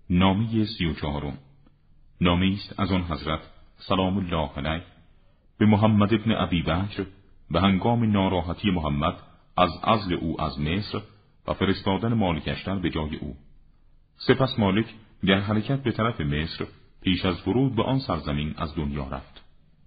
نامه 34. نامه است از آن حضرت سلام الله علیه به محمد ابن ابی بکر به هنگام ناراحتی محمد از عزل او از مصر و فرستادن مالکشتر به جای او. سپس مالک در حرکت به طرف مصر پیش از ورود به آن سرزمین از دنیا رفت.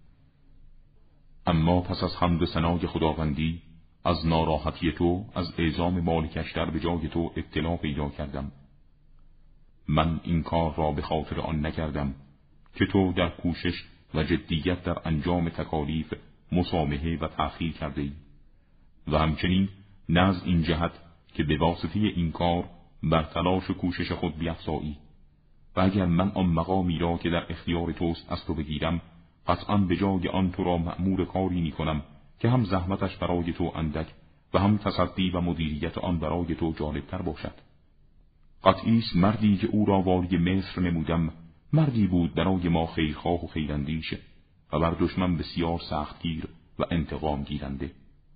اما پس از حمد و ثنای خداوندی از ناراحتی تو از اعزام مالکشتر به جای تو اطلاع پیدا کردم. من این کار را به خاطر آن نکردم که تو در کوشش و جدیت در انجام تکالیف مسامحه و تأخیر کرده ای و همچنین نه از این جهت که به واسطه این کار بر تلاش و کوشش خود بیفزایی و اگر من آن مقامی را که در اختیار توست از تو بگیرم قطعاً به جای آن تو را مأمور کاری می کنم که هم زحمتش برای تو اندک و هم تصدی و مدیریت آن برای تو جالبتر باشد. قطعی است مردی که او را والی مصر نمودم مردی بود برای ما خیرخواه و خیراندیش و بر دشمن بسیار سختگیر و انتقام گیرنده.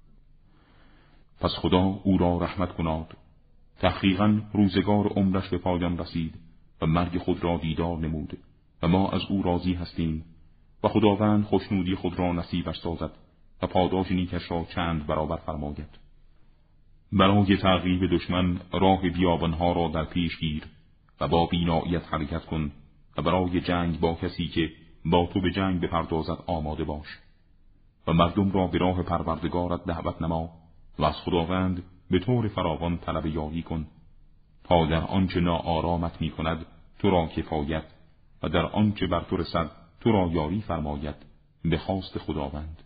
پس خدا او را رحمت کناد. تحقیقاً روزگار عمرش به پایان رسید و مرگ خود را دیدار نمود و ما از او راضی هستیم و خداوند خوشنودی خود را نصیبش سازد و پاداش نیکش را چند برابر فرماید. برای تعقیب دشمن راه بیابانها را در پیش گیر و با بیناییت حرکت کن و برای جنگ با کسی که با تو به جنگ بپردازد آماده باش و مردم را به راه پروردگارت دعوت نما و از خداوند به طور فراوان طلب یاری کن تا در آنچه ناآرامت می کند تو را کفایت و در آنچه بر تو رسد تو را یاری فرماید به خواست خداوند.